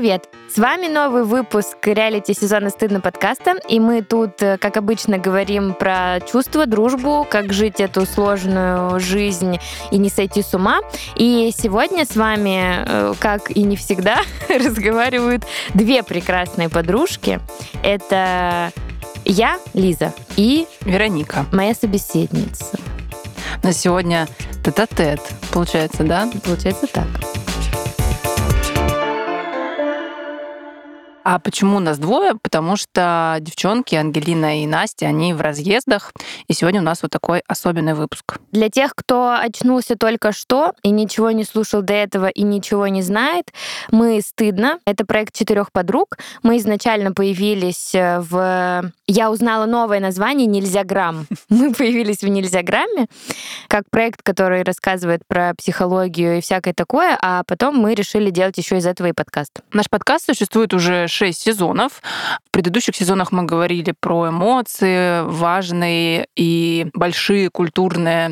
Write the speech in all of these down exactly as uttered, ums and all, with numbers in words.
Привет! С вами новый выпуск реалити-сезона «Стыдно» подкаста, и мы тут, как обычно, говорим про чувства, дружбу, как жить эту сложную жизнь и не сойти с ума. И сегодня с вами, как и не всегда, разговаривают две прекрасные подружки. Это я, Лиза, и Вероника, моя собеседница. На сегодня тет-а-тет, получается, да? Получается так. А почему нас двое? Потому что девчонки, Ангелина и Настя, они в разъездах, и сегодня у нас вот такой особенный выпуск. Для тех, кто очнулся только что и ничего не слушал до этого и ничего не знает, мы «Стыдно». Это проект четырех подруг. Мы изначально появились в... Я узнала новое название «Нельзяграмм». Мы появились в «Нельзяграмме» как проект, который рассказывает про психологию и всякое такое, а потом мы решили делать еще из этого и подкаст. Наш подкаст существует уже шесть сезонов. В предыдущих сезонах мы говорили про эмоции, важные и большие культурные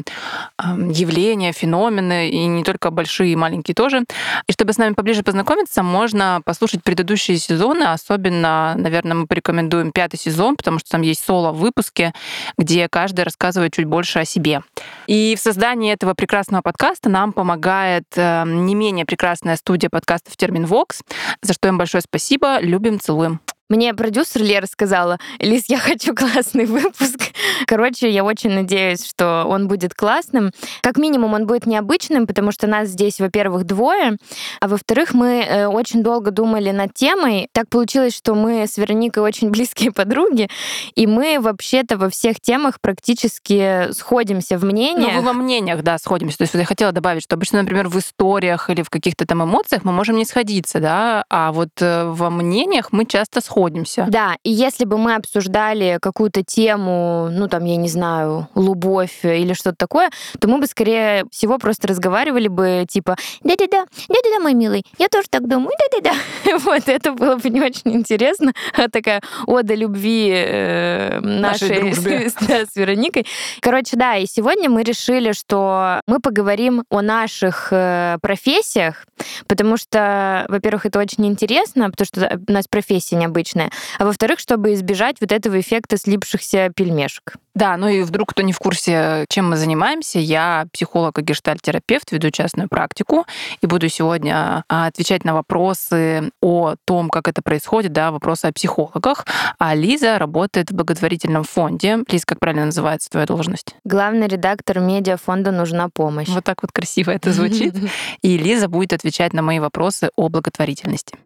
явления, феномены, и не только большие, и маленькие тоже. И чтобы с нами поближе познакомиться, можно послушать предыдущие сезоны. Особенно, наверное, мы порекомендуем пятый сезон, потому что там есть соло-выпуски, где каждый рассказывает чуть больше о себе. И в создании этого прекрасного подкаста нам помогает не менее прекрасная студия подкастов «Терминвокс», за что им большое спасибо. Любим, целуем. Мне продюсер Лера сказала: «Лиз, я хочу классный выпуск». Короче, я очень надеюсь, что он будет классным. Как минимум, он будет необычным, потому что нас здесь, во-первых, двое, а во-вторых, мы очень долго думали над темой. Так получилось, что мы с Вероникой очень близкие подруги, и мы вообще-то во всех темах практически сходимся в мнениях. Ну, вы во мнениях, да, сходимся. То есть вот я хотела добавить, что обычно, например, в историях или в каких-то там эмоциях мы можем не сходиться, да, а вот во мнениях мы часто сходимся. Сходимся. Да, и если бы мы обсуждали какую-то тему, ну там, я не знаю, любовь или что-то такое, то мы бы, скорее всего, просто разговаривали бы типа «да-да-да, да-да-да, мой милый, я тоже так думаю, да-да-да». Вот это было бы не очень интересно. Такая ода любви э, нашей, нашей дружбе. С, да, с Вероникой. Короче, да, и сегодня мы решили, что мы поговорим о наших э, профессиях, потому что, во-первых, это очень интересно, потому что у нас профессия необычная, а во-вторых, чтобы избежать вот этого эффекта слипшихся пельмешек. Да, ну и вдруг кто не в курсе, чем мы занимаемся, я психолог и гештальт-терапевт, веду частную практику и буду сегодня отвечать на вопросы о том, как это происходит, да, вопросы о психологах. А Лиза работает в благотворительном фонде. Лиз, как правильно называется твоя должность? Главный редактор медиафонда «Нужна помощь». Вот так вот красиво это звучит. И Лиза будет отвечать на мои вопросы о благотворительности.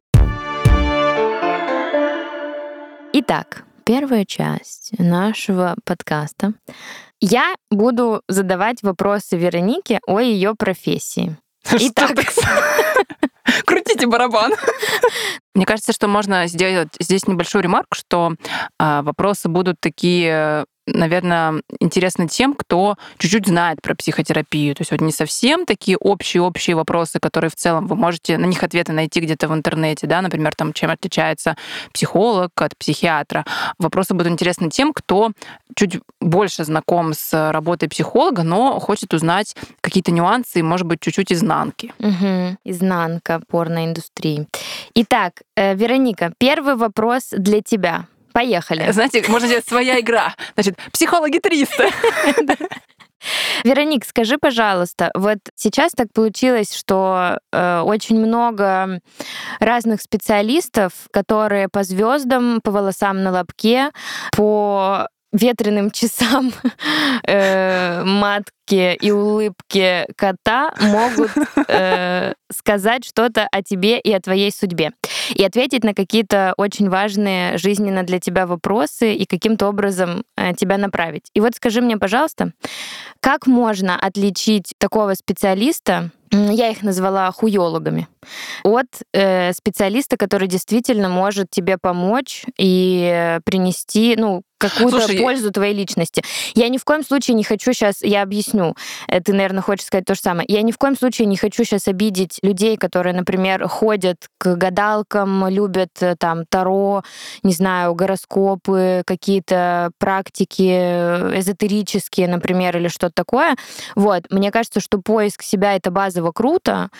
Итак, первая часть нашего подкаста. Я буду задавать вопросы Веронике о ее профессии. Итак, крутите барабан. Мне кажется, что можно сделать здесь небольшую ремарку, что вопросы будут такие, наверное, интересны тем, кто чуть-чуть знает про психотерапию. То есть вот не совсем такие общие-общие вопросы, которые в целом вы можете на них ответы найти где-то в интернете, да, например, там, чем отличается психолог от психиатра. Вопросы будут интересны тем, кто чуть больше знаком с работой психолога, но хочет узнать какие-то нюансы и, может быть, чуть-чуть изнанки. Угу. Изнанка порноиндустрии. Итак, Вероника, первый вопрос для тебя. Поехали. Знаете, можно сделать своя игра. Значит, психологи триста. Вероник, скажи, пожалуйста, вот сейчас так получилось, что э, очень много разных специалистов, которые по звездам, по волосам на лобке, по ветреным часам э, матки и улыбки кота могут э, сказать что-то о тебе и о твоей судьбе. И ответить на какие-то очень важные жизненно для тебя вопросы и каким-то образом э, тебя направить. И вот скажи мне, пожалуйста, как можно отличить такого специалиста, я их назвала хуёлогами, от э, специалиста, который действительно может тебе помочь и принести, ну, какую-то Слушай, пользу твоей личности. Я ни в коем случае не хочу сейчас, я объясню, ты, наверное, хочешь сказать то же самое. Я ни в коем случае не хочу сейчас обидеть людей, которые, например, ходят к гадалкам, любят там таро, не знаю, гороскопы, какие-то практики эзотерические, например, или что-то такое. Вот. Мне кажется, что поиск себя — это базово круто,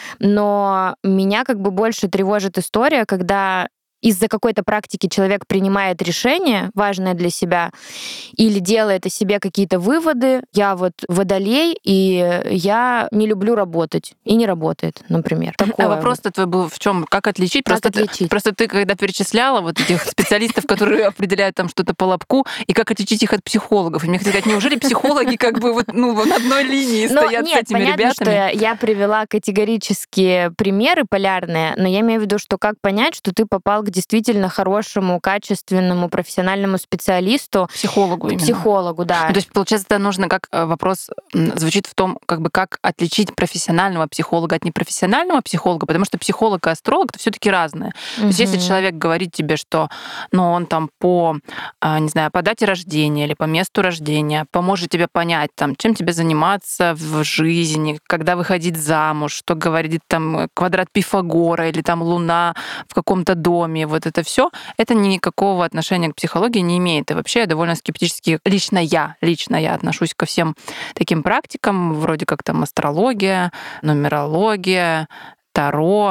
но меня как бы больше тревожит история, когда из-за какой-то практики человек принимает решение, важное для себя, или делает о себе какие-то выводы. Я вот водолей, и я не люблю работать. И не работает, например. Такое а вопрос-то твой был в чем? Как отличить? Как просто, отличить? Ты, просто ты, когда перечисляла вот этих специалистов, которые определяют там что-то по лобку, и как отличить их от психологов? И мне хотелось сказать, неужели психологи как бы вот, ну, на одной линии но стоят нет, с этими понятно, ребятами? Что я привела категорические примеры полярные, но я имею в виду, что как понять, что ты попал к действительно хорошему, качественному, профессиональному специалисту. Психологу именно. Психологу, да. Ну, то есть, получается, это нужно, как вопрос звучит в том, как бы как отличить профессионального психолога от непрофессионального психолога, потому что психолог и астролог — это все-таки разное. Mm-hmm. То есть, если человек говорит тебе, что ну, он там по, не знаю, по дате рождения или по месту рождения поможет тебе понять, там, чем тебе заниматься в жизни, когда выходить замуж, что говорит там квадрат Пифагора или там Луна в каком-то доме, вот это все, это никакого отношения к психологии не имеет. И вообще я довольно скептически, лично я, лично я отношусь ко всем таким практикам, вроде как там астрология, нумерология, таро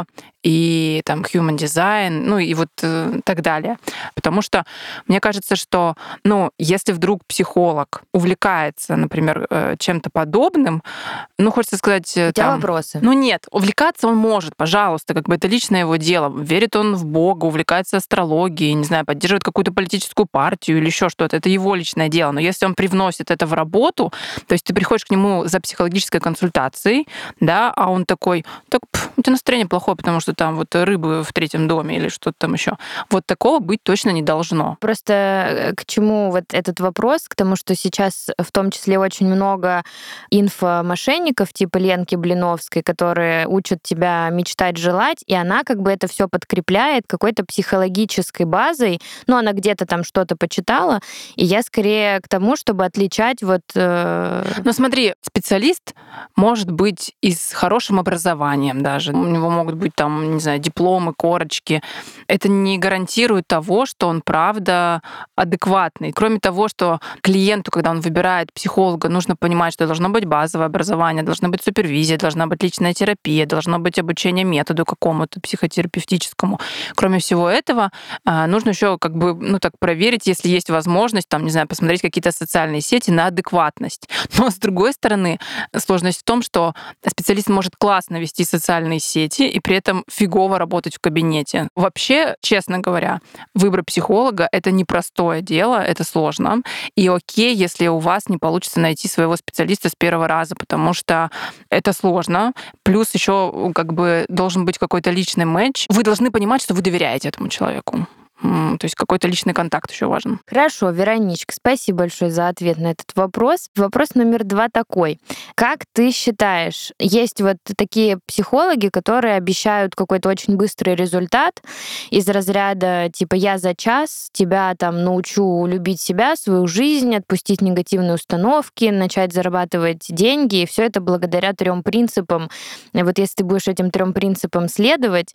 и там human design, ну и вот э, так далее. Потому что мне кажется, что, ну, если вдруг психолог увлекается, например, э, чем-то подобным, ну, хочется сказать... У тебя там, вопросы? Ну, нет, увлекаться он может, пожалуйста, как бы это личное его дело. Верит он в Бога, увлекается астрологией, не знаю, поддерживает какую-то политическую партию или еще что-то. Это его личное дело. Но если он привносит это в работу, то есть ты приходишь к нему за психологической консультацией, да, а он такой, так, пф, у тебя настроение плохое, потому что там вот рыбы в третьем доме или что-то там еще. Вот такого быть точно не должно. Просто к чему вот этот вопрос? К тому, что сейчас в том числе очень много инфомошенников типа Ленки Блиновской, которые учат тебя мечтать, желать, и она как бы это все подкрепляет какой-то психологической базой. Ну, она где-то там что-то почитала, и я скорее к тому, чтобы отличать вот... Э... Ну, смотри, специалист может быть и с хорошим образованием даже. У него могут быть там, не знаю, дипломы, корочки. Это не гарантирует того, что он правда адекватный. Кроме того, что клиенту, когда он выбирает психолога, нужно понимать, что должно быть базовое образование, должна быть супервизия, должна быть личная терапия, должно быть обучение методу какому-то психотерапевтическому. Кроме всего этого, нужно еще как бы, ну так, проверить, если есть возможность, там, не знаю, посмотреть какие-то социальные сети на адекватность. Но, с другой стороны, сложность в том, что специалист может классно вести социальные сети и при этом фигово работать в кабинете. Вообще, честно говоря, выбор психолога — это непростое дело, это сложно. И окей, если у вас не получится найти своего специалиста с первого раза, потому что это сложно. Плюс еще как бы должен быть какой-то личный матч. Вы должны понимать, что вы доверяете этому человеку. То есть какой-то личный контакт еще важен. Хорошо, Вероничка, спасибо большое за ответ на этот вопрос. Вопрос номер два такой. Как ты считаешь, есть вот такие психологи, которые обещают какой-то очень быстрый результат из разряда типа «я за час тебя там научу любить себя, свою жизнь, отпустить негативные установки, начать зарабатывать деньги», и все это благодаря трем принципам. И вот если ты будешь этим трем принципам следовать,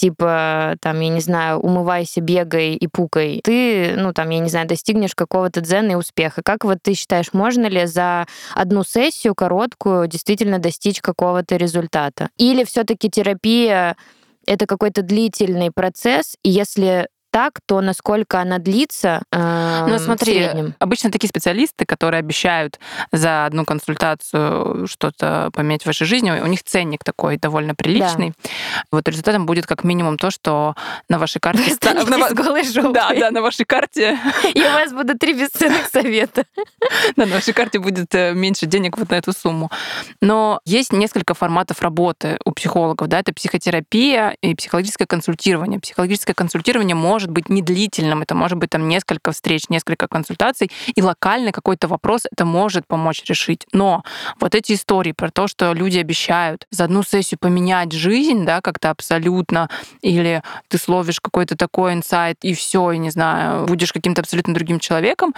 типа там, я не знаю, умывайся, бегай и пукой, ты, ну, там, я не знаю, достигнешь какого-то дзена и успеха. Как вот ты считаешь, можно ли за одну сессию короткую действительно достичь какого-то результата? Или все-таки терапия — это какой-то длительный процесс, и если так, то насколько она длится э, Ну, смотри, в среднем? Обычно такие специалисты, которые обещают за одну консультацию что-то поменять в вашей жизни, у них ценник такой довольно приличный. Да. Вот результатом будет как минимум то, что на вашей карте... С голой жопой. Да, да, на вашей карте... И у вас будут три бесценных совета. Да, на вашей карте будет меньше денег вот на эту сумму. Но есть несколько форматов работы у психологов. Да? Это психотерапия и психологическое консультирование. Психологическое консультирование может может быть не длительным, это может быть там несколько встреч, несколько консультаций, и локальный какой-то вопрос это может помочь решить. Но вот эти истории про то, что люди обещают за одну сессию поменять жизнь, да, как-то абсолютно, или ты словишь какой-то такой инсайт, и все, и не знаю, будешь каким-то абсолютно другим человеком,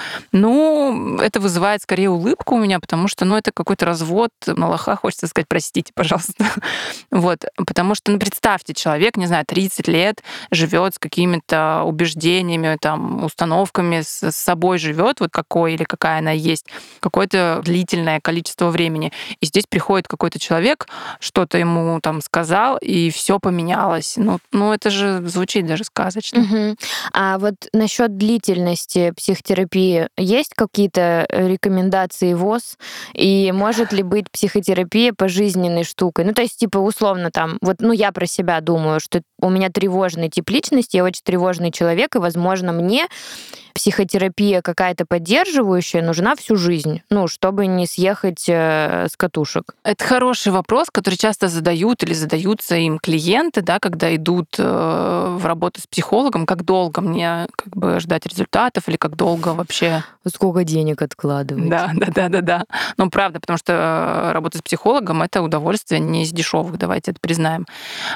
ну, это вызывает скорее улыбку у меня, потому что, ну, это какой-то развод на лоха, хочется сказать, простите, пожалуйста. Вот, потому что, ну, представьте, человек, не знаю, тридцать лет живет с какими-то убеждениями, там, установками, с собой живет, вот какой или какая она есть, какое-то длительное количество времени. И здесь приходит какой-то человек, что-то ему там сказал, и все поменялось. Ну, ну это же звучит даже сказочно. Угу. А вот насчет длительности психотерапии есть какие-то рекомендации ВОЗ? И может ли быть психотерапия пожизненной штукой? Ну, то есть, типа, условно там, вот, ну, я про себя думаю, что у меня тревожный тип личности, я очень тревожный человек, и, возможно, мне психотерапия какая-то поддерживающая нужна всю жизнь, ну, чтобы не съехать э, с катушек. Это хороший вопрос, который часто задают или задаются им клиенты, да, когда идут э, в работу с психологом, как долго мне как бы ждать результатов или как долго вообще... Сколько денег откладывать. Да, да, да, да, да. Ну, правда, потому что работа с психологом — это удовольствие не из дешевых, давайте это признаем.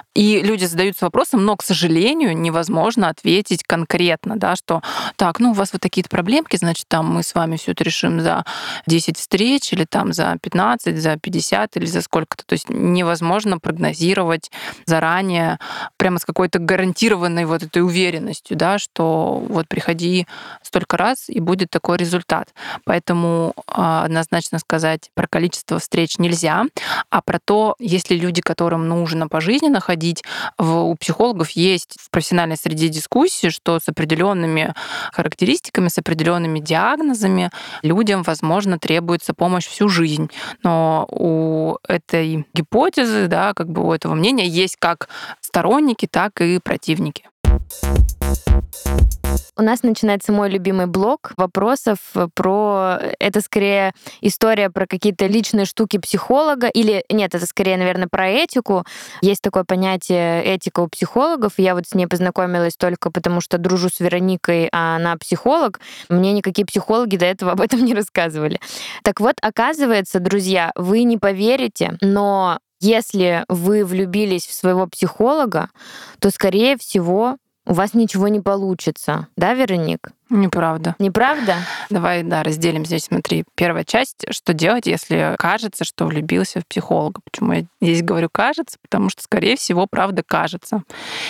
И люди задаются вопросом, но, к сожалению, невозможно ответить конкретно, да, что так, ну, у вас вот такие-то проблемки, значит, там мы с вами все это решим за десять встреч или там за пятнадцать, за пятьдесят или за сколько-то. То есть невозможно прогнозировать заранее прямо с какой-то гарантированной вот этой уверенностью, да, что вот приходи столько раз и будет такой результат. Поэтому однозначно сказать про количество встреч нельзя, а про то, если люди, которым нужно пожизненно ходить, в, у психологов есть в профессиональной среде дискуссии, что с определенными характеристиками, с определенными диагнозами людям, возможно, требуется помощь всю жизнь. Но у этой гипотезы, да, как бы у этого мнения есть как сторонники, так и противники. У нас начинается мой любимый блок вопросов про... Это скорее история про какие-то личные штуки психолога, или нет, это скорее, наверное, про этику. Есть такое понятие этика у психологов. Я вот с ней познакомилась только потому, что дружу с Вероникой, а она психолог. Мне никакие психологи до этого об этом не рассказывали. Так вот, оказывается, друзья, вы не поверите, но если вы влюбились в своего психолога, то, скорее всего, у вас ничего не получится. Да, Вероник? Неправда. Неправда? Давай, да, разделим здесь. Смотри, первая часть. Что делать, если кажется, что влюбился в психолога? Почему я здесь говорю «кажется»? Потому что, скорее всего, правда кажется.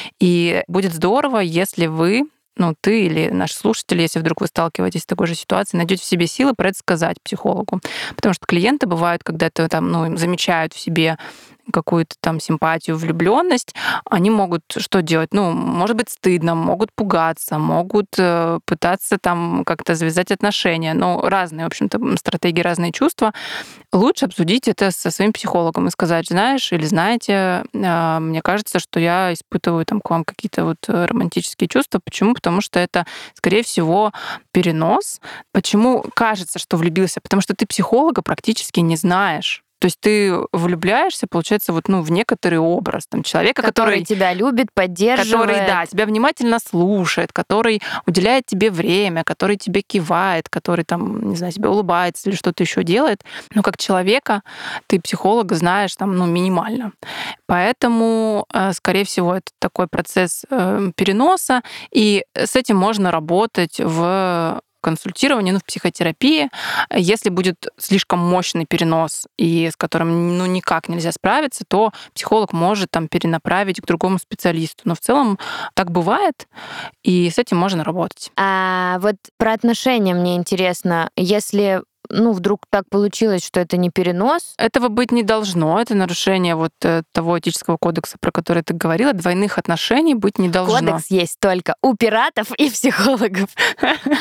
И будет здорово, если вы, ну, ты или наши слушатели, если вдруг вы сталкиваетесь с такой же ситуацией, найдете в себе силы про это сказать психологу. Потому что клиенты бывают, когда это там, ну, замечают в себе какую-то там симпатию, влюбленность, они могут что делать? Ну, может быть, стыдно, могут пугаться, могут пытаться там как-то завязать отношения. Ну, разные, в общем-то, стратегии, разные чувства. Лучше обсудить это со своим психологом и сказать, знаешь, или знаете, мне кажется, что я испытываю там к вам какие-то вот романтические чувства. Почему? Потому что это, скорее всего, перенос. Почему кажется, что влюбился? Потому что ты психолога практически не знаешь. То есть ты влюбляешься, получается, вот, ну, в некоторый образ там, человека, который, который тебя любит, поддерживает. Который, да, тебя внимательно слушает, который уделяет тебе время, который тебе кивает, который там, не знаю, тебе улыбается или что-то еще делает. Но как человека ты психолога знаешь там, ну, минимально. Поэтому, скорее всего, это такой процесс переноса, и с этим можно работать в консультировании, ну, в психотерапии. Если будет слишком мощный перенос, и с которым ну, никак нельзя справиться, то психолог может там перенаправить к другому специалисту. Но в целом так бывает, и с этим можно работать. А вот про отношения мне интересно. Если ну, вдруг так получилось, что это не перенос. Этого быть не должно. Это нарушение вот того этического кодекса, про который ты говорила. Двойных отношений быть не должно. Кодекс есть только у пиратов и психологов.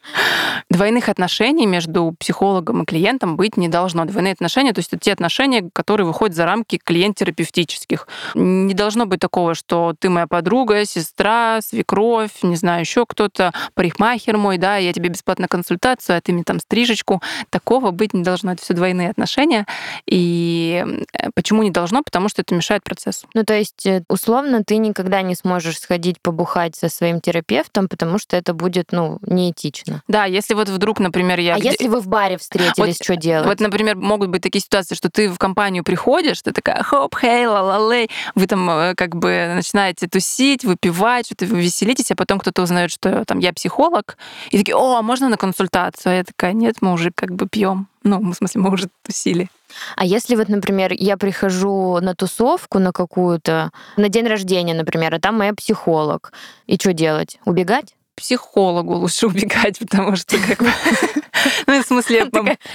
Двойных отношений между психологом и клиентом быть не должно. Двойные отношения, то есть это те отношения, которые выходят за рамки клиент-терапевтических. Не должно быть такого, что ты моя подруга, сестра, свекровь, не знаю, еще кто-то, парикмахер мой, да, я тебе бесплатно консультацию, а ты мне там стрижечку. Такого быть не должно. Это все двойные отношения. И почему не должно? Потому что это мешает процессу. Ну, то есть, условно, ты никогда не сможешь сходить побухать со своим терапевтом, потому что это будет, ну, неэтично. Да, если вот вдруг, например, я... А где... если вы в баре встретились, вот, что делать? Вот, например, могут быть такие ситуации, что ты в компанию приходишь, ты такая хоп, хей, ла-ла-лей, вы там как бы начинаете тусить, выпивать, что-то вы веселитесь, а потом кто-то узнает, что там я психолог, и такие, о, а можно на консультацию? А я такая, нет, мы уже как бы пьем. Ну, в смысле, мы уже тусили. А если вот, например, я прихожу на тусовку на какую-то, на день рождения, например, а там моя психолог, и что делать? Убегать? Психологу лучше убегать, потому что как бы... Ну, в смысле...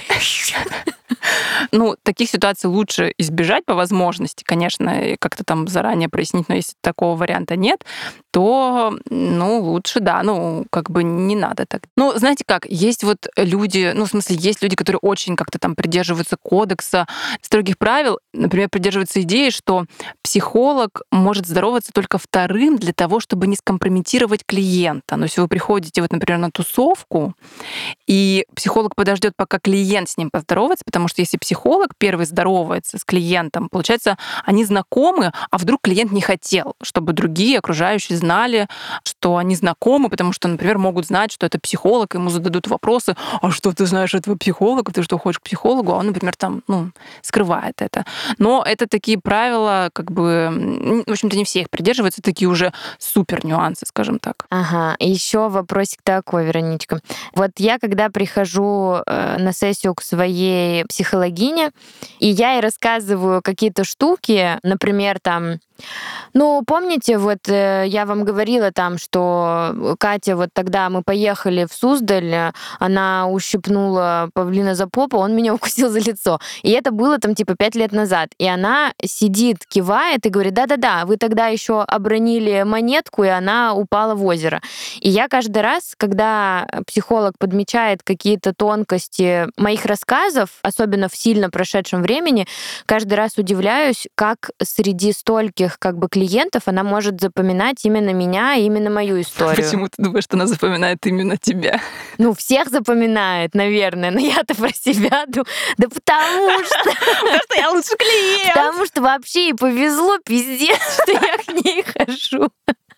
Ну, таких ситуаций лучше избежать по возможности, конечно, и как-то там заранее прояснить, но если такого варианта нет, то, ну, лучше, да, ну, как бы не надо так. Ну, знаете как, есть вот люди, ну, в смысле, есть люди, которые очень как-то там придерживаются кодекса, строгих правил, например, придерживаются идеи, что психолог может здороваться только вторым для того, чтобы не скомпрометировать клиента. Но если вы приходите, вот, например, на тусовку, и психолог подождет, пока клиент с ним поздоровается, потому что если психолог первый здоровается с клиентом, получается, они знакомы, а вдруг клиент не хотел, чтобы другие окружающие знали, что они знакомы, потому что, например, могут знать, что это психолог, ему зададут вопросы, а что ты знаешь этого психолога, ты что, ходишь к психологу, а он, например, там, ну, скрывает это. Но это такие правила, как бы, в общем-то, не все их придерживаются, такие уже супер нюансы, скажем так. Ага, и еще вопросик такой, Вероничка. Вот я, когда прихожу на сессию к своей психологине, и я ей рассказываю какие-то штуки, например, там, ну, помните, вот я вам говорила там, что Катя, вот тогда мы поехали в Суздаль, она ущипнула павлина за попу, он меня укусил за лицо. И это было там типа пять лет назад. И она сидит, кивает и говорит, да-да-да, вы тогда еще обронили монетку, и она упала в озеро. И я каждый раз, когда психолог подмечает какие-то тонкости моих рассказов, особенно в сильно прошедшем времени, каждый раз удивляюсь, как среди стольких как бы клиентов она может запоминать именно меня, именно мою историю. Почему ты думаешь, что она запоминает именно тебя? Ну, всех запоминает, наверное, но я-то про себя думаю. Да потому что... Потому что я лучший клиент! Потому что вообще и повезло, пиздец, что я к ней хожу.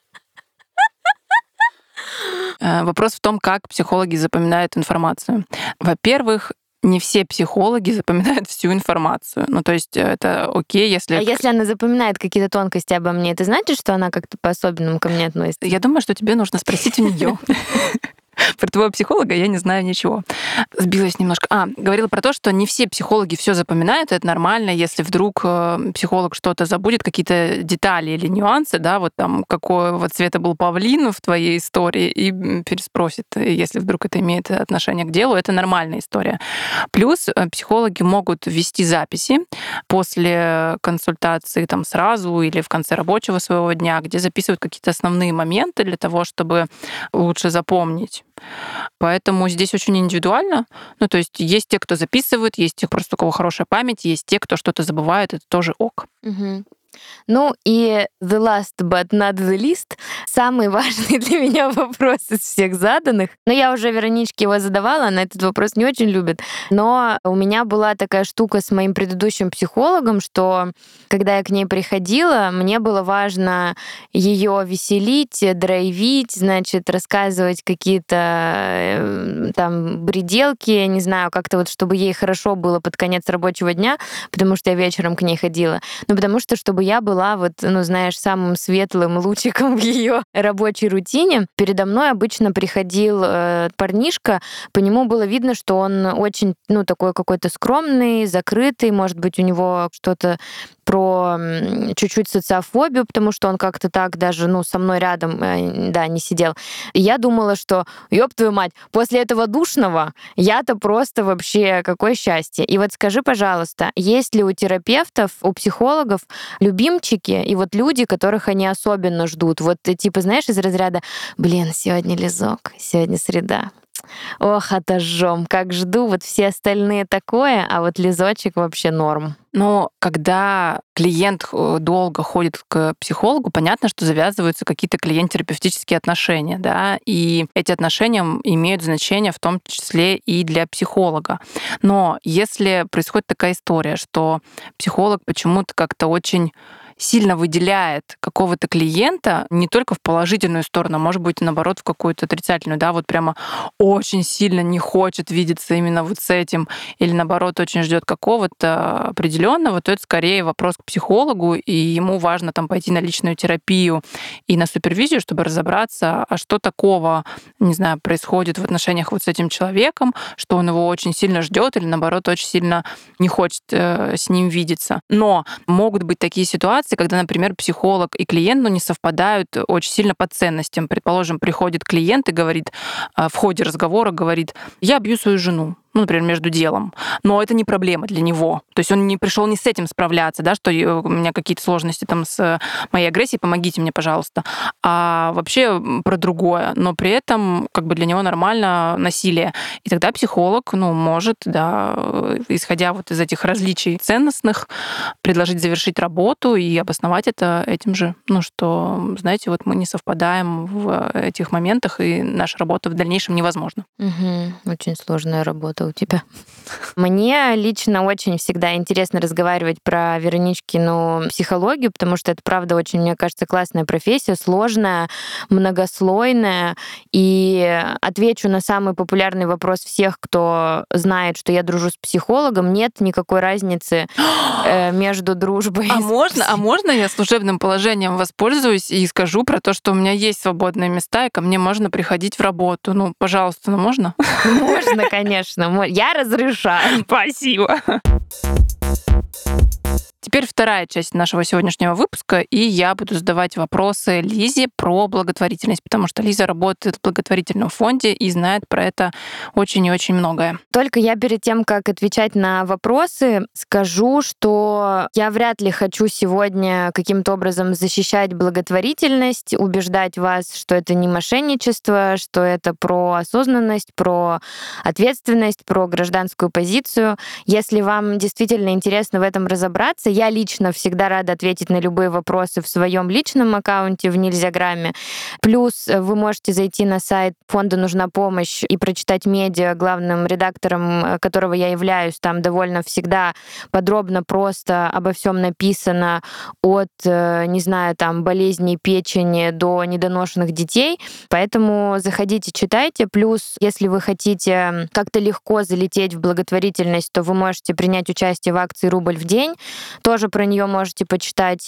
Вопрос в том, как психологи запоминают информацию. Во-первых, не все психологи запоминают всю информацию. Ну, то есть это окей, если... А если она запоминает какие-то тонкости обо мне, это значит, что она как-то по-особенному ко мне относится? Я думаю, что тебе нужно спросить у нее. Про твоего психолога я не знаю ничего. Сбилась немножко. А, говорила про то, что не все психологи все запоминают, это нормально, если вдруг психолог что-то забудет, какие-то детали или нюансы, да, вот там, какого цвета был павлин в твоей истории, и переспросит, если вдруг это имеет отношение к делу, это нормальная история. Плюс психологи могут вести записи после консультации там сразу или в конце рабочего своего дня, где записывают какие-то основные моменты для того, чтобы лучше запомнить. Поэтому здесь очень индивидуально. Ну, то есть есть те, кто записывает, есть те, просто у кого хорошая память, есть те, кто что-то забывает, это тоже ок. Угу. Ну и the last but not the least, самый важный для меня вопрос из всех заданных. Но я уже Вероничке его задавала, она этот вопрос не очень любит. Но у меня была такая штука с моим предыдущим психологом, что когда я к ней приходила, мне было важно ее веселить, драйвить, значит, рассказывать какие-то там бределки, не знаю, как-то вот, чтобы ей хорошо было под конец рабочего дня, потому что я вечером к ней ходила. Ну, потому что, чтобы я была вот, ну, знаешь, самым светлым лучиком в ее рабочей рутине. Передо мной обычно приходил э, парнишка, по нему было видно, что он очень, ну, такой какой-то скромный, закрытый, может быть, у него что-то про чуть-чуть социофобию, потому что он как-то так даже, ну, со мной рядом, да, не сидел. И я думала, что, ёб твою мать, после этого душного я-то просто вообще какое счастье. И вот скажи, пожалуйста, есть ли у терапевтов, у психологов любимчики и вот люди, которых они особенно ждут? Вот типа, знаешь, из разряда, блин, сегодня лизок, сегодня среда. Ох, отожжем. Как жду, вот все остальные такое, а вот лизочек вообще норм. Но когда клиент долго ходит к психологу, понятно, что завязываются какие-то клиент-терапевтические отношения, да, и эти отношения имеют значение в том числе и для психолога. Но если происходит такая история, что психолог почему-то как-то очень сильно выделяет какого-то клиента не только в положительную сторону, а может быть, наоборот, в какую-то отрицательную, да, вот прямо очень сильно не хочет видеться именно вот с этим, или наоборот, очень ждет какого-то определенного, то это скорее вопрос к психологу, и ему важно там пойти на личную терапию и на супервизию, чтобы разобраться, а что такого, не знаю, происходит в отношениях вот с этим человеком, что он его очень сильно ждет или наоборот очень сильно не хочет э, с ним видеться. Но могут быть такие ситуации, когда, например, психолог и клиент ну, не совпадают очень сильно по ценностям. Предположим, приходит клиент и говорит, в ходе разговора говорит, я бью свою жену. Ну, например, между делом. Но это не проблема для него. То есть он не пришел не с этим справляться, да, что у меня какие-то сложности там с моей агрессией, помогите мне, пожалуйста. А вообще про другое. Но при этом как бы для него нормально насилие. И тогда психолог, ну, может, да, исходя вот из этих различий ценностных, предложить завершить работу и обосновать это этим же. Ну, что, знаете, вот мы не совпадаем в этих моментах, и наша работа в дальнейшем невозможна. Угу. Очень сложная работа у тебя. Мне лично очень всегда интересно разговаривать про Вероничкину психологию, потому что это, правда, очень, мне кажется, классная профессия, сложная, многослойная. И отвечу на самый популярный вопрос всех, кто знает, что я дружу с психологом. Нет никакой разницы между дружбой а и можно, а можно я служебным положением воспользуюсь и скажу про то, что у меня есть свободные места, и ко мне можно приходить в работу? Ну, пожалуйста, ну можно? Можно, конечно. Я разрешаю. Спасибо. Теперь вторая часть нашего сегодняшнего выпуска, и я буду задавать вопросы Лизе про благотворительность, потому что Лиза работает в благотворительном фонде и знает про это очень и очень многое. Только я перед тем, как отвечать на вопросы, скажу, что я вряд ли хочу сегодня каким-то образом защищать благотворительность, убеждать вас, что это не мошенничество, что это про осознанность, про ответственность, про гражданскую позицию. Если вам действительно интересно в этом разобраться, я лично всегда рада ответить на любые вопросы в своем личном аккаунте в Нельзяграме. Плюс вы можете зайти на сайт фонда «Нужна помощь» и прочитать медиа, главным редактором которого я являюсь. Там довольно всегда подробно, просто обо всем написано, от, не знаю, там, болезней печени до недоношенных детей. Поэтому заходите, читайте. Плюс, если вы хотите как-то легко залететь в благотворительность, то вы можете принять участие в акции «Рубль в день». Тоже про нее можете почитать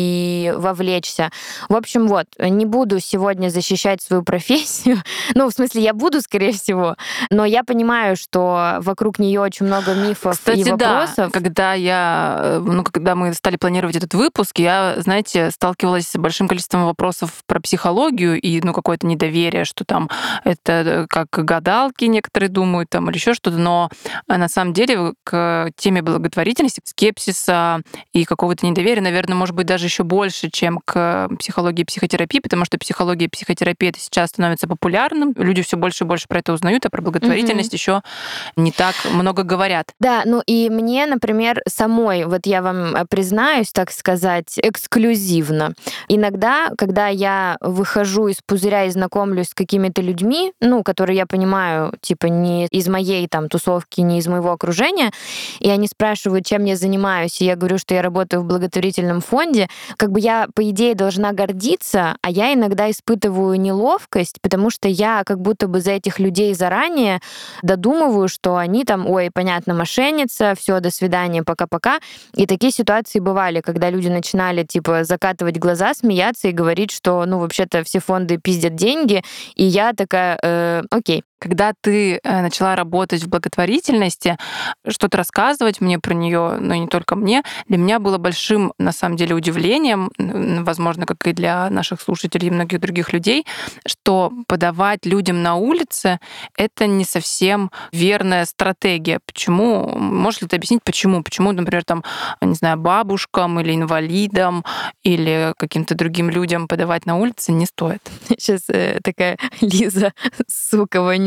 и вовлечься. В общем, вот, не буду сегодня защищать свою профессию. Ну, в смысле, я буду, скорее всего, но я понимаю, что вокруг нее очень много мифов. Кстати, и вопросов. Да, когда я, ну, когда мы стали планировать этот выпуск, я, знаете, сталкивалась с большим количеством вопросов про психологию и, ну, какое-то недоверие, что там это как гадалки некоторые думают, там, или еще что-то, но на самом деле к теме благотворительности, скепсиса и какого-то недоверия, наверное, может быть, даже еще больше, чем к психологии и психотерапии, потому что психология и психотерапия это сейчас становится популярным, люди все больше и больше про это узнают, а про благотворительность mm-hmm. еще не так много говорят. Да, ну и мне, например, самой, вот я вам признаюсь, так сказать, эксклюзивно. Иногда, когда я выхожу из пузыря и знакомлюсь с какими-то людьми, ну, которые я понимаю, типа, не из моей там тусовки, не из моего окружения, и они спрашивают, чем я занимаюсь, и я говорю, что я работаю в благотворительном фонде, как бы я, по идее, должна гордиться, а я иногда испытываю неловкость, потому что я как будто бы за этих людей заранее додумываю, что они там, ой, понятно, мошенница, все, до свидания, пока-пока. И такие ситуации бывали, когда люди начинали, типа, закатывать глаза, смеяться и говорить, что, ну, вообще-то все фонды пиздят деньги, и я такая, э, окей. Когда ты начала работать в благотворительности, что-то рассказывать мне про нее, но и не только мне, для меня было большим, на самом деле, удивлением, возможно, как и для наших слушателей и многих других людей, что подавать людям на улице — это не совсем верная стратегия. Почему? Можешь ли ты объяснить, почему? Почему, например, там, не знаю, бабушкам или инвалидам или каким-то другим людям подавать на улице не стоит? Сейчас э, такая Лиза, сука, вонючая,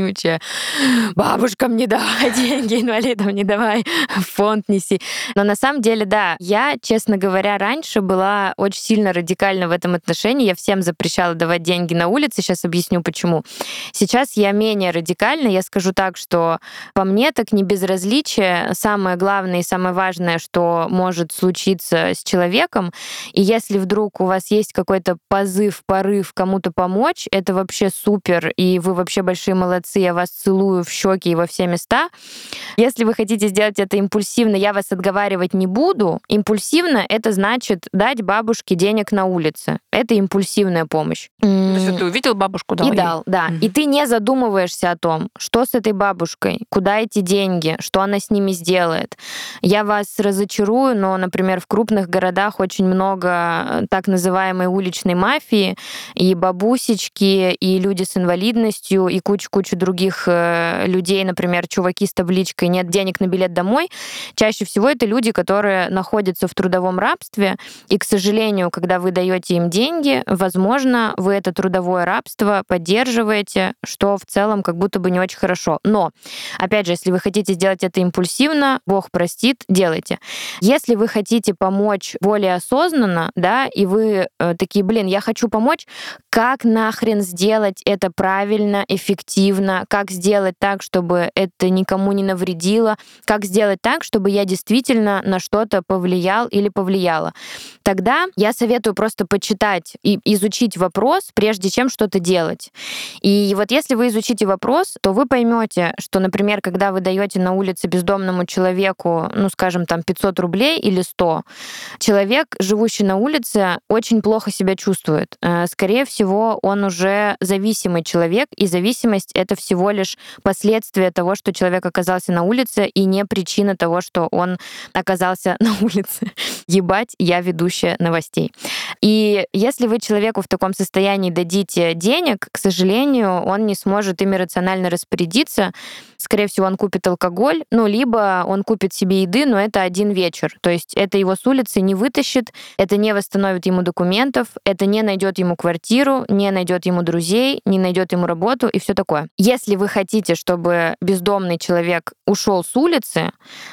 вонючая. Бабушкам не давай деньги, инвалидам не давай, в фонд неси. Но на самом деле, да, я, честно говоря, раньше была очень сильно радикальна в этом отношении. Я всем запрещала давать деньги на улице. Сейчас объясню, почему. Сейчас я менее радикальна. Я скажу так, что по мне так не безразличие. Самое главное и самое важное, что может случиться с человеком. И если вдруг у вас есть какой-то позыв, порыв кому-то помочь, это вообще супер, и вы вообще большие молодцы, я вас целую в щеки и во все места. Если вы хотите сделать это импульсивно, я вас отговаривать не буду. Импульсивно — это значит дать бабушке денег на улице. Это импульсивная помощь. То есть ты увидел бабушку, дал и ей? дал, да. Mm-hmm. И ты не задумываешься о том, что с этой бабушкой, куда эти деньги, что она с ними сделает. Я вас разочарую, но, например, в крупных городах очень много так называемой уличной мафии, и бабусечки, и люди с инвалидностью, и куча-куча других людей, например, чуваки с табличкой «нет денег на билет домой». Чаще всего это люди, которые находятся в трудовом рабстве, и, к сожалению, когда вы даете им деньги, возможно, вы это трудовое рабство поддерживаете, что в целом как будто бы не очень хорошо. Но, опять же, если вы хотите сделать это импульсивно, Бог простит, делайте. Если вы хотите помочь более осознанно, да, и вы э, такие, блин, я хочу помочь, как нахрен сделать это правильно, эффективно, как сделать так, чтобы это никому не навредило, как сделать так, чтобы я действительно на что-то повлиял или повлияла. Тогда я советую просто почитать и изучить вопрос, прежде чем что-то делать. И вот если вы изучите вопрос, то вы поймете, что, например, когда вы даете на улице бездомному человеку, ну, скажем, там пятьсот рублей или сто, человек, живущий на улице, очень плохо себя чувствует. Скорее всего, он уже зависимый человек, и зависимость — это всего лишь последствия того, что человек оказался на улице, и не причина того, что он оказался на улице. Ебать, я ведущая новостей. И если вы человеку в таком состоянии дадите денег, к сожалению, он не сможет ими рационально распорядиться. Скорее всего, он купит алкоголь, ну, либо он купит себе еды, но это один вечер. То есть это его с улицы не вытащит, это не восстановит ему документов, это не найдет ему квартиру, не найдет ему друзей, не найдет ему работу и все такое. Если вы хотите, чтобы бездомный человек ушел с улицы,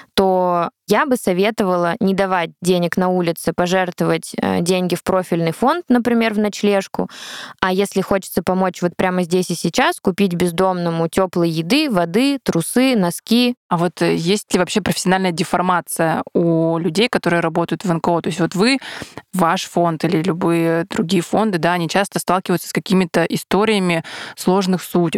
то я бы советовала не давать денег на улице, пожертвовать деньги в профильный фонд, например, в ночлежку. А если хочется помочь вот прямо здесь и сейчас, купить бездомному теплой еды, воды, трусы, носки. А вот есть ли вообще профессиональная деформация у людей, которые работают в эн ка о? То есть вот вы, ваш фонд или любые другие фонды, да, они часто сталкиваются с какими-то историями сложных судеб,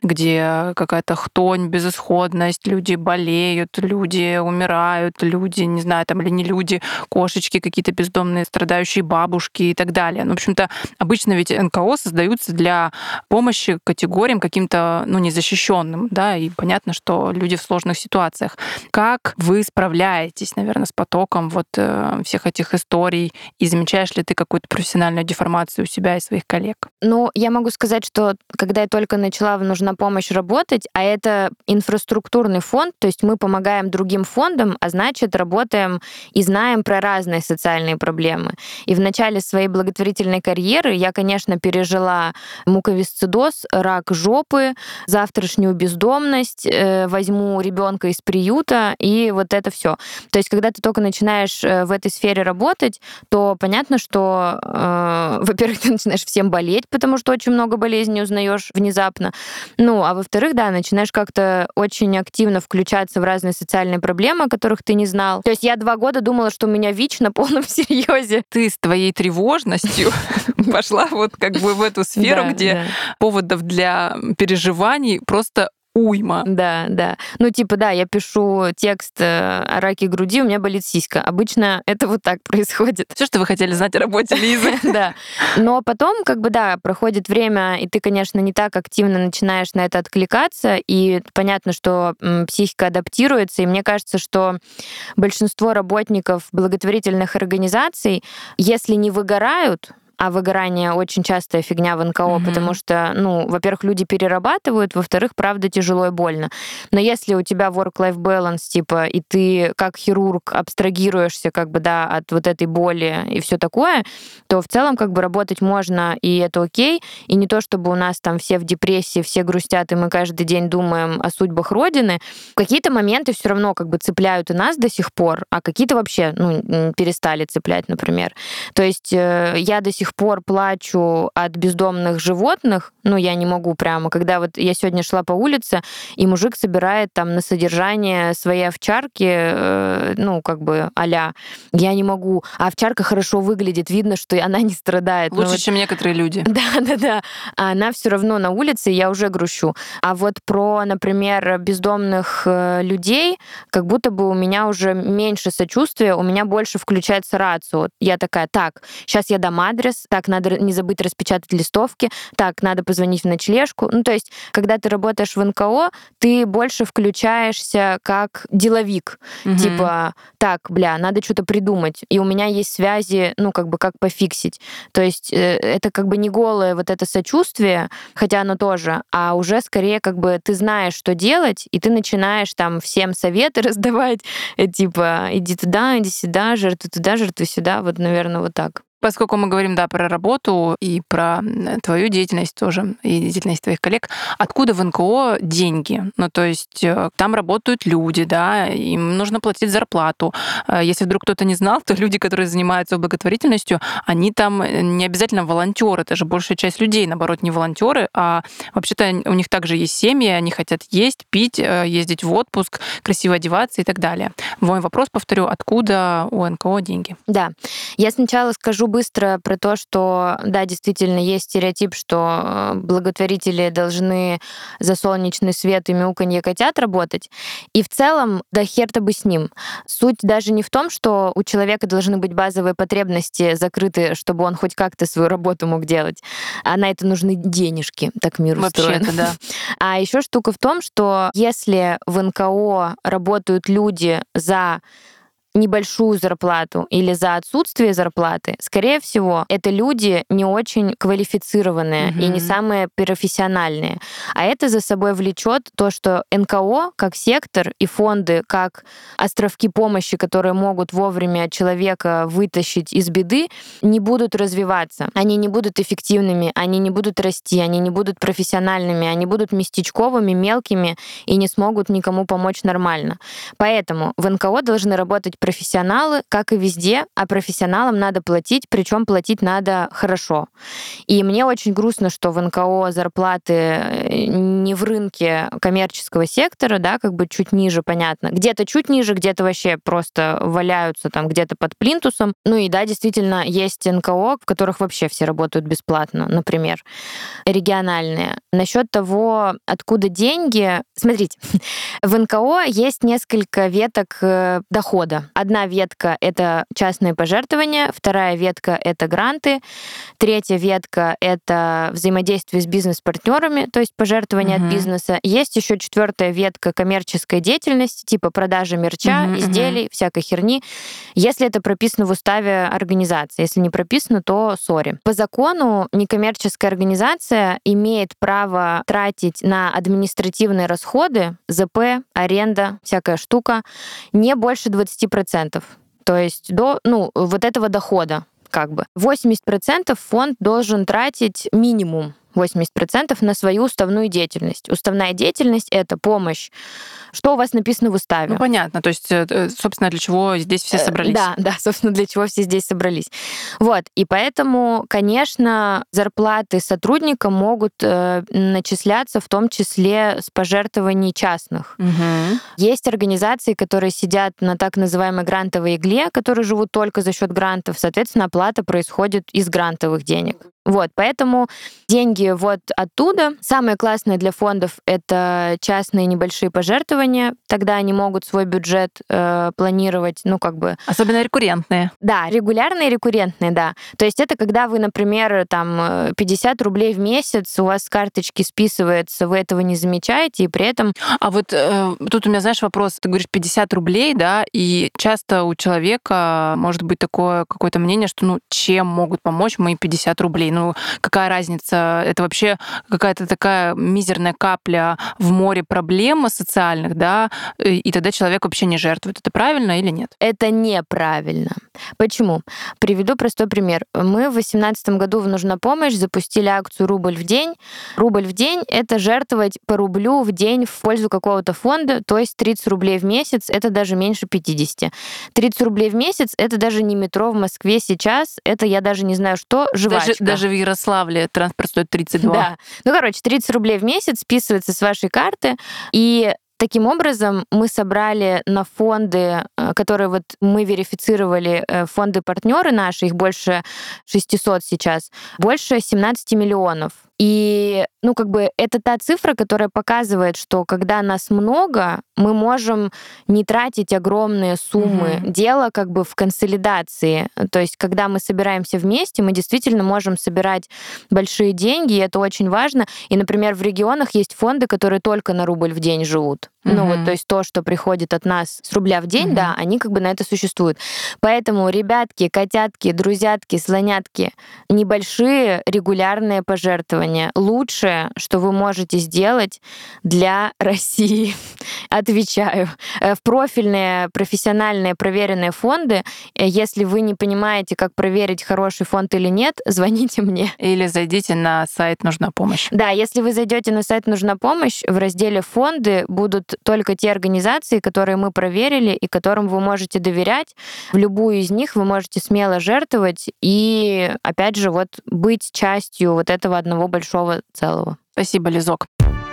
где какая-то хтонь, безысходность, люди болеют, люди умирают, люди, не знаю, там или не люди, кошечки какие-то бездомные, страдающие бабушки и так далее. Ну, в общем-то, обычно ведь эн ка о создаются для помощи категориям каким-то, ну, незащищенным, да, и понятно, что люди в сложных ситуациях. Как вы справляетесь, наверное, с потоком вот э, всех этих историй, и замечаешь ли ты какую-то профессиональную деформацию у себя и своих коллег? Ну, я могу сказать, что когда я только начала в «Нужна помощь» работать, а это инфраструктурный фонд, то есть мы помогаем другим фондам, а значит, работаем и знаем про разные социальные проблемы. И в начале своей благотворительной карьеры я, конечно, пережила муковисцидоз, рак жопы, завтрашнюю бездомность, э, возьму ребенка из приюта, и вот это все. То есть, когда ты только начинаешь в этой сфере работать, то понятно, что, э, во-первых, ты начинаешь всем болеть, потому что очень много болезней узнаешь внезапно. Ну, а во-вторых, да, начинаешь как-то очень активно включаться в разные социальные проблемы, о которых ты не знал. То есть я два года думала, что у меня ВИЧ на полном серьезе. Ты с твоей тревожностью пошла вот как бы в эту сферу, где поводов для переживаний просто уйма. Да, да. Ну, типа, да, я пишу текст о раке груди, у меня болит сиська. Обычно это вот так происходит. Все, что вы хотели знать о работе Лизы. Да. Но потом, как бы, да, проходит время, и ты, конечно, не так активно начинаешь на это откликаться, и понятно, что психика адаптируется, и мне кажется, что большинство работников благотворительных организаций, если не выгорают, А выгорание очень частая фигня в эн ка о, mm-hmm. потому что, ну, во-первых, люди перерабатывают, во-вторых, правда, тяжело и больно. Но если у тебя work-life balance, типа, и ты как хирург абстрагируешься, как бы, да, от вот этой боли и все такое, то в целом, как бы, работать можно, и это окей. И не то, чтобы у нас там все в депрессии, все грустят, и мы каждый день думаем о судьбах Родины. Какие-то моменты все равно, как бы, цепляют и нас до сих пор, а какие-то вообще, ну, перестали цеплять, например. То есть я до сих пор плачу от бездомных животных, ну, я не могу прямо, когда вот я сегодня шла по улице, и мужик собирает там на содержание своей овчарки, э, ну, как бы а-ля, я не могу. А овчарка хорошо выглядит, видно, что она не страдает. Лучше, вот... чем некоторые люди. Да, да, да. А она все равно на улице, и я уже грущу. А вот про, например, бездомных людей, как будто бы у меня уже меньше сочувствия, у меня больше включается рацио. Я такая, так, сейчас я дам адрес, так, надо не забыть распечатать листовки, так, надо позвонить в ночлежку. Ну, то есть, когда ты работаешь в эн ка о, ты больше включаешься как деловик. Угу. Типа, так, бля, надо что-то придумать. И у меня есть связи, ну, как бы, как пофиксить. То есть, это как бы не голое вот это сочувствие, хотя оно тоже, а уже скорее, как бы, ты знаешь, что делать, и ты начинаешь там всем советы раздавать, типа, иди туда, иди сюда, жертвуй туда, жертвуй сюда. Вот, наверное, вот так. Поскольку мы говорим, да, про работу и про твою деятельность тоже, и деятельность твоих коллег, откуда в эн ка о деньги? Ну, то есть там работают люди, да, им нужно платить зарплату. Если вдруг кто-то не знал, то люди, которые занимаются благотворительностью, они там не обязательно волонтеры, это же большая часть людей, наоборот, не волонтеры, а вообще-то у них также есть семьи, они хотят есть, пить, ездить в отпуск, красиво одеваться и так далее. Мой вопрос, повторю, откуда у эн ка о деньги? Да, я сначала скажу быстро про то, что, да, действительно, есть стереотип, что благотворители должны за солнечный свет и мяуканье котят работать. И в целом, да хер-то бы с ним. Суть даже не в том, что у человека должны быть базовые потребности закрыты, чтобы он хоть как-то свою работу мог делать. А на это нужны денежки, так мир устроен. Вообще-то, да. А еще штука в том, что если в эн ка о работают люди за небольшую зарплату или за отсутствие зарплаты, скорее всего, это люди не очень квалифицированные mm-hmm. и не самые профессиональные. А это за собой влечет то, что эн ка о как сектор и фонды как островки помощи, которые могут вовремя человека вытащить из беды, не будут развиваться. Они не будут эффективными, они не будут расти, они не будут профессиональными, они будут местечковыми, мелкими и не смогут никому помочь нормально. Поэтому в эн ка о должны работать профессионалы, как и везде, а профессионалам надо платить, причем платить надо хорошо. И мне очень грустно, что в эн ка о зарплаты не в рынке коммерческого сектора, да, как бы чуть ниже, понятно. Где-то чуть ниже, где-то вообще просто валяются там где-то под плинтусом. Ну и да, действительно, есть эн ка о, в которых вообще все работают бесплатно, например, региональные. Насчет того, откуда деньги, смотрите, в эн ка о есть несколько веток дохода. Одна ветка — это частные пожертвования, вторая ветка — это гранты, третья ветка — это взаимодействие с бизнес-партнерами, то есть пожертвования uh-huh. от бизнеса. Есть еще четвертая ветка коммерческой деятельности, типа продажи мерча, uh-huh, изделий, uh-huh. всякой херни, если это прописано в уставе организации. Если не прописано, то сори. По закону некоммерческая организация имеет право тратить на административные расходы, зэ пэ, аренда, всякая штука, не больше двадцать процентов. То есть до, ну, вот этого дохода как бы. восемьдесят процентов фонд должен тратить минимум восемьдесят процентов на свою уставную деятельность. Уставная деятельность — это помощь. Что у вас написано в уставе? Ну, понятно. То есть, собственно, для чего здесь все собрались. Да, да, собственно, для чего все здесь собрались. Вот. И поэтому, конечно, зарплаты сотрудникам могут э, начисляться в том числе с пожертвований частных. Угу. Есть организации, которые сидят на так называемой грантовой игле, которые живут только за счет грантов. Соответственно, оплата происходит из грантовых денег. Вот, поэтому деньги вот оттуда. Самое классное для фондов — это частные небольшие пожертвования. Тогда они могут свой бюджет э, планировать, ну, как бы... Особенно рекуррентные. Да, регулярные, рекуррентные, да. То есть это когда вы, например, там пятьдесят рублей в месяц у вас с карточки списывается, вы этого не замечаете, и при этом... А вот э, тут у меня, знаешь, вопрос. Ты говоришь пятьдесят рублей, да, и часто у человека может быть такое какое-то мнение, что, ну, чем могут помочь мои пятьдесят рублей? Ну, какая разница? Это вообще какая-то такая мизерная капля в море проблем социальных, да, и тогда человек вообще не жертвует. Это правильно или нет? Это неправильно. Почему? Приведу простой пример. Мы в две тысячи восемнадцатом году в «Нужна помощь» запустили акцию «Рубль в день». Рубль в день — это жертвовать по рублю в день в пользу какого-то фонда, то есть тридцать рублей в месяц — это даже меньше пятидесяти. тридцать рублей в месяц — это даже не метро в Москве сейчас, это я даже не знаю что, жвачка. Даже, даже в Ярославле транспорт стоит тридцать два. Да. Ну, короче, тридцать рублей в месяц списывается с вашей карты, и таким образом мы собрали на фонды, которые вот мы верифицировали, фонды-партнеры наши, их больше шестисот сейчас, больше семнадцати миллионов. И, ну, как бы это та цифра, которая показывает, что когда нас много, мы можем не тратить огромные суммы. Mm-hmm. Дело как бы в консолидации. То есть, когда мы собираемся вместе, мы действительно можем собирать большие деньги, и это очень важно. И, например, в регионах есть фонды, которые только на рубль в день живут. Mm-hmm. Ну, вот, то есть то, что приходит от нас с рубля в день, mm-hmm. да, они как бы на это существуют. Поэтому, ребятки, котятки, друзьятки, слонятки, небольшие регулярные пожертвования — лучшее, что вы можете сделать для России. Отвечаю. В профильные, профессиональные, проверенные фонды, если вы не понимаете, как проверить, хороший фонд или нет, звоните мне. Или зайдите на сайт «Нужна помощь». Да, если вы зайдете на сайт «Нужна помощь», в разделе «Фонды» будут только те организации, которые мы проверили и которым вы можете доверять. В любую из них вы можете смело жертвовать и, опять же, вот быть частью вот этого одного большого целого. Спасибо, Лизок.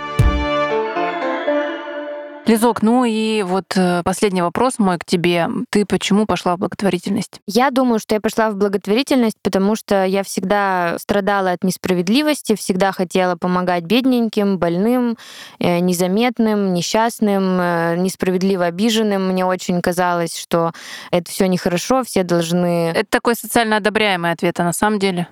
Лизок, ну и вот последний вопрос мой к тебе. Ты почему пошла в благотворительность? Я думаю, что я пошла в благотворительность, потому что я всегда страдала от несправедливости, всегда хотела помогать бедненьким, больным, незаметным, несчастным, несправедливо обиженным. Мне очень казалось, что это все нехорошо, все должны... Это такой социально одобряемый ответ, а на самом деле?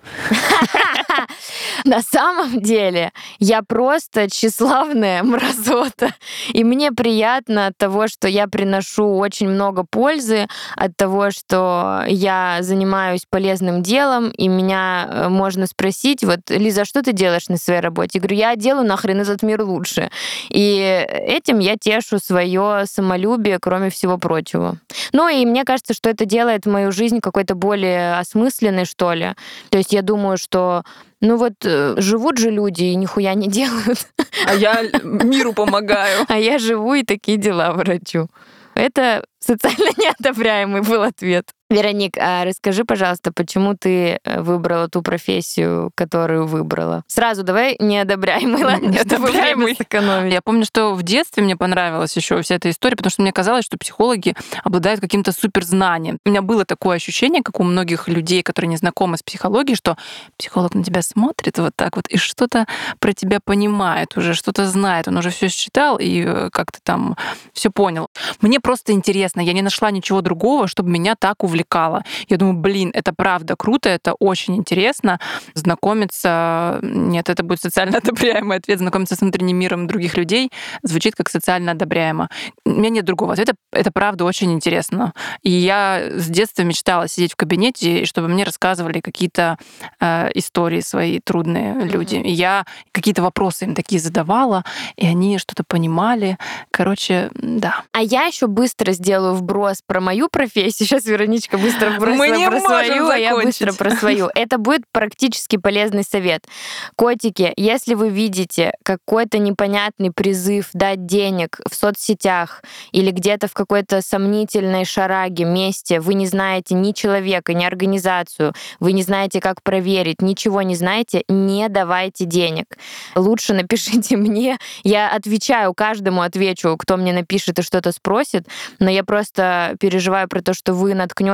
На самом деле я просто тщеславная мразота. И мне приятно от того, что я приношу очень много пользы, от того, что я занимаюсь полезным делом, и меня можно спросить, вот, Лиза, что ты делаешь на своей работе? Я говорю, я делаю нахрен этот мир лучше. И этим я тешу свое самолюбие, кроме всего прочего. Ну и мне кажется, что это делает мою жизнь какой-то более осмысленной, что ли. То есть я думаю, что ну вот живут же люди и нихуя не делают. А я миру помогаю. А я живу и такие дела врачу. Это социально неодобряемый был ответ. Вероник, а расскажи, пожалуйста, почему ты выбрала ту профессию, которую выбрала? Сразу давай неодобряемый, ладно, неодобряемый. Я помню, что в детстве мне понравилась еще вся эта история, потому что мне казалось, что психологи обладают каким-то суперзнанием. У меня было такое ощущение, как у многих людей, которые не знакомы с психологией, что психолог на тебя смотрит вот так вот и что-то про тебя понимает, уже что-то знает, он уже все считал и как-то там все понял. Мне просто интересно, я не нашла ничего другого, чтобы меня так увлекало. Я думаю, блин, это правда круто, это очень интересно. Знакомиться... Нет, это будет социально одобряемый ответ. Знакомиться с внутренним миром других людей звучит как социально одобряемо. У меня нет другого ответа. Это правда очень интересно. И я с детства мечтала сидеть в кабинете, и чтобы мне рассказывали какие-то э, истории свои трудные люди. И я какие-то вопросы им такие задавала, и они что-то понимали. Короче, да. А я еще быстро сделаю вброс про мою профессию. Сейчас Вероничка быстро бросила Мы не про свою, закончить. А я быстро про свою. Это будет практически полезный совет. Котики, если вы видите какой-то непонятный призыв дать денег в соцсетях или где-то в какой-то сомнительной шараге, месте, вы не знаете ни человека, ни организацию, вы не знаете, как проверить, ничего не знаете, не давайте денег. Лучше напишите мне. Я отвечаю, каждому отвечу, кто мне напишет и что-то спросит, но я просто переживаю про то, что вы наткнетесь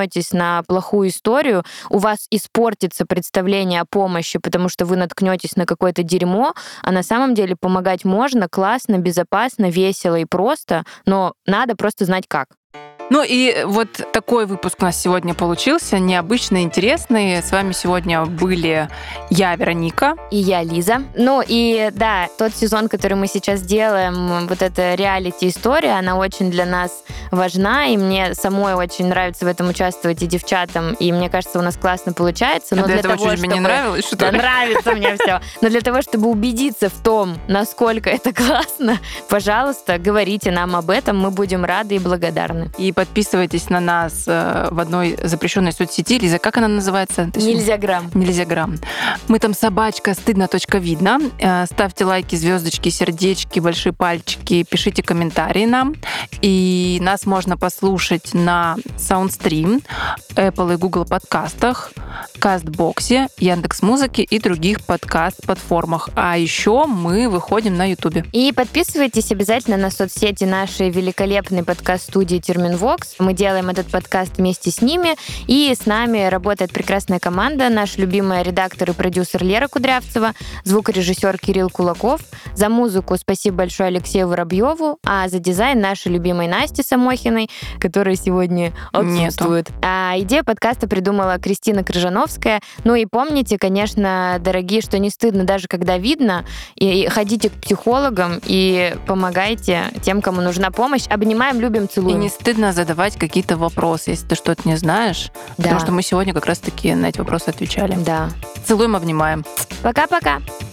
наткнетесь на плохую историю, у вас испортится представление о помощи, потому что вы наткнетесь на какое-то дерьмо, а на самом деле помогать можно классно, безопасно, весело и просто, но надо просто знать как. Ну и вот такой выпуск у нас сегодня получился, необычный, интересный. С вами сегодня были я, Вероника. И я, Лиза. Ну и да, тот сезон, который мы сейчас делаем, вот эта реалити-история, она очень для нас важна, и мне самой очень нравится в этом участвовать и девчатам, и мне кажется, у нас классно получается. Но а для, для этого того, что, чтобы... тебе не нравилось, что Да, ли? нравится мне все. Но для того, чтобы убедиться в том, насколько это классно, пожалуйста, говорите нам об этом, мы будем рады и благодарны. И подписывайтесь на нас в одной запрещенной соцсети. Лиза, как она называется? Нельзяграм. Нельзяграм. Мы там собачка стыдно точка видно. Ставьте лайки, звездочки, сердечки, большие пальчики, пишите комментарии нам. И нас можно послушать на Soundstream, Apple и Google подкастах, Кастбоксе, Яндекс.Музыке и других подкаст-платформах. А еще мы выходим на Ютубе. И подписывайтесь обязательно на соцсети нашей великолепной подкаст-студии Терминвокс. Мы делаем этот подкаст вместе с ними, и с нами работает прекрасная команда, наш любимый редактор и продюсер Лера Кудрявцева, звукорежиссер Кирилл Кулаков. За музыку спасибо большое Алексею Воробьеву, а за дизайн нашей любимой Насте Самохиной, которая сегодня отсутствует. Нету. А идею подкаста придумала Кристина Крыжановская. Ну и помните, конечно, дорогие, что не стыдно даже когда видно, и ходите к психологам и помогайте тем, кому нужна помощь. Обнимаем, любим, целуем. И не стыдно задавать какие-то вопросы, если ты что-то не знаешь. Да. Потому что мы сегодня как раз-таки на эти вопросы отвечали. Да. Целуем, обнимаем. Пока-пока.